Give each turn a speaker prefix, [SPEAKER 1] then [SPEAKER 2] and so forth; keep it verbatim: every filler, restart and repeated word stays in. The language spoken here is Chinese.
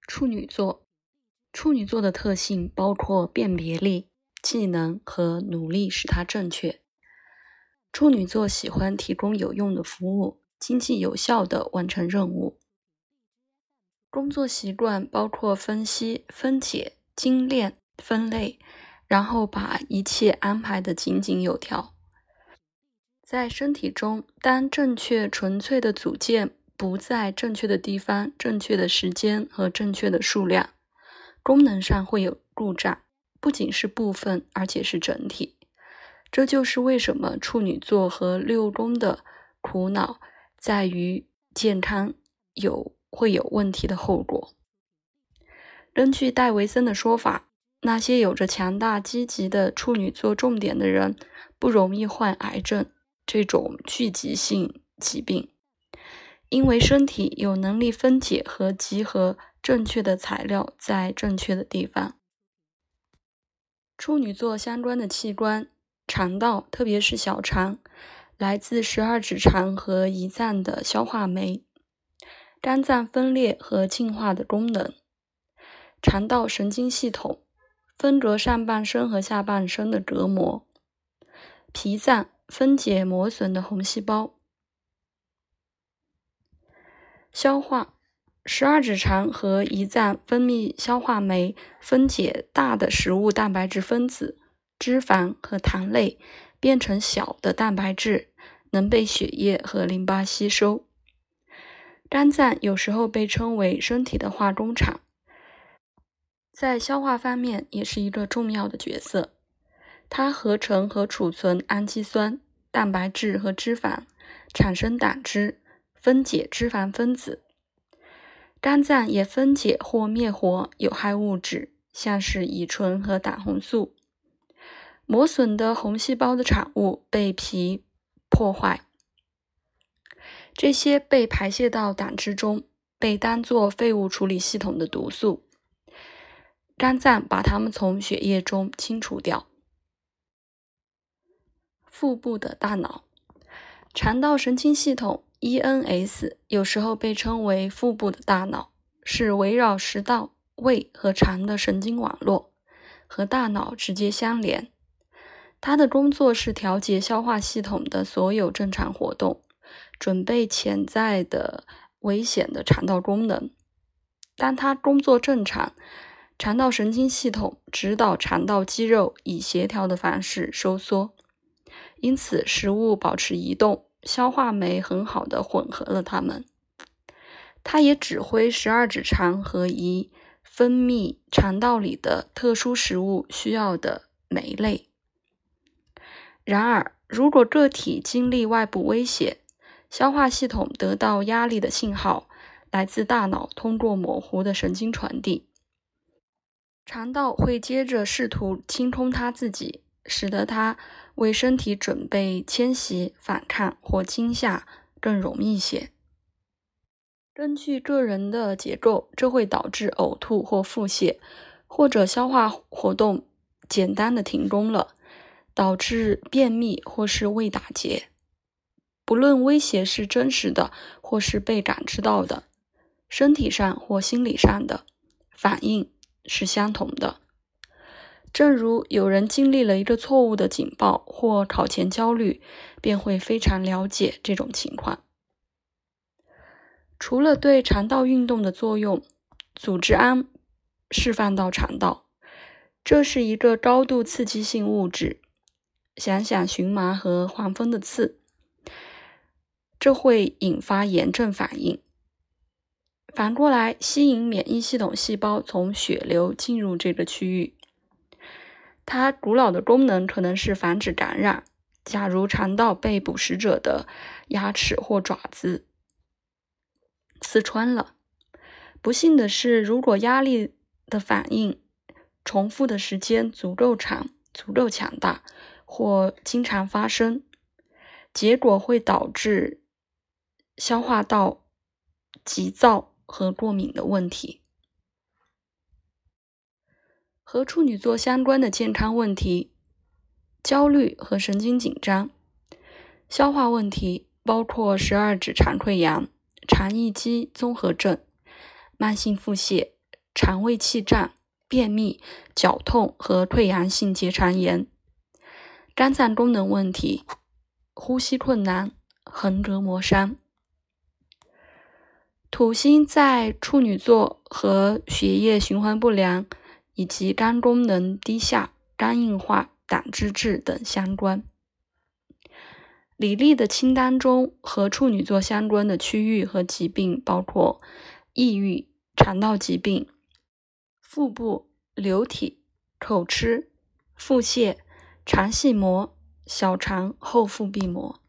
[SPEAKER 1] 处女座，处女座的特性包括辨别力、技能和努力使它正确。处女座喜欢提供有用的服务，经济有效地完成任务。工作习惯包括分析、分解、精炼、分类，然后把一切安排得井井有条。在身体中，当正确纯粹的组件不在正确的地方、正确的时间和正确的数量，功能上会有故障，不仅是部分，而且是整体。这就是为什么处女座和六宫的苦恼在于健康有会有问题的后果。根据戴维森的说法，那些有着强大积极的处女座重点的人不容易患癌症这种聚集性疾病，因为身体有能力分解和集合正确的材料在正确的地方。处女座相关的器官，肠道，特别是小肠，来自十二指肠和胰脏的消化酶，肝脏分裂和净化的功能，肠道神经系统，分隔上半身和下半身的隔膜，脾脏，分解磨损的红细胞，消化，十二指肠和胰脏分泌消化酶，分解大的食物蛋白质分子、脂肪和糖类，变成小的蛋白质，能被血液和淋巴吸收。肝脏有时候被称为身体的化工厂，在消化方面也是一个重要的角色。它合成和储存氨基酸、蛋白质和脂肪，产生胆汁，分解脂肪分子。肝脏也分解或灭活有害物质，像是乙醇和胆红素。磨损的红细胞的产物被脾破坏，这些被排泄到胆汁中，被当作废物处理系统的毒素。肝脏把它们从血液中清除掉。腹部的大脑，肠道神经系统 E N S 有时候被称为腹部的大脑，是围绕食道、胃和肠的神经网络，和大脑直接相连。它的工作是调节消化系统的所有正常活动，准备潜在的危险的肠道功能。当它工作正常，肠道神经系统指导肠道肌肉以协调的方式收缩，因此食物保持移动，消化酶很好地混合了它们。它也指挥十二指肠和胰分泌肠道里的特殊食物需要的酶类。然而，如果个体经历外部威胁，消化系统得到压力的信号来自大脑通过模糊的神经传递，肠道会接着试图清空它自己，使得它为身体准备迁徙、反抗或惊吓更容易些。根据个人的结构，这会导致呕吐或腹泻，或者消化活动简单的停工了，导致便秘或是胃打结。不论威胁是真实的或是被感知到的，身体上或心理上的反应是相同的。正如有人经历了一个错误的警报或考前焦虑，便会非常了解这种情况。除了对肠道运动的作用，组织胺释放到肠道，这是一个高度刺激性物质。想想荨麻和黄蜂的刺，这会引发炎症反应。反过来，吸引免疫系统细胞从血流进入这个区域。它古老的功能可能是防止感染，假如肠道被捕食者的牙齿或爪子刺穿了。不幸的是，如果压力的反应重复的时间足够长、足够强大，或经常发生，结果会导致消化道急躁和过敏的问题。和处女座相关的健康问题，焦虑和神经紧张。消化问题包括十二指肠溃疡、肠易激综合症、慢性腹泻、 肠胃气胀、便秘、绞痛和溃疡性结肠炎。肝脏功能问题，呼吸困难、横膈膜伤。土星在处女座和血液循环不良以及肝功能低下、肝硬化、胆汁滞等相关。李丽的清单中和处女座相关的区域和疾病包括抑郁、肠道疾病、腹部、流体、口吃、腹泻、肠系膜、小肠后腹壁膜。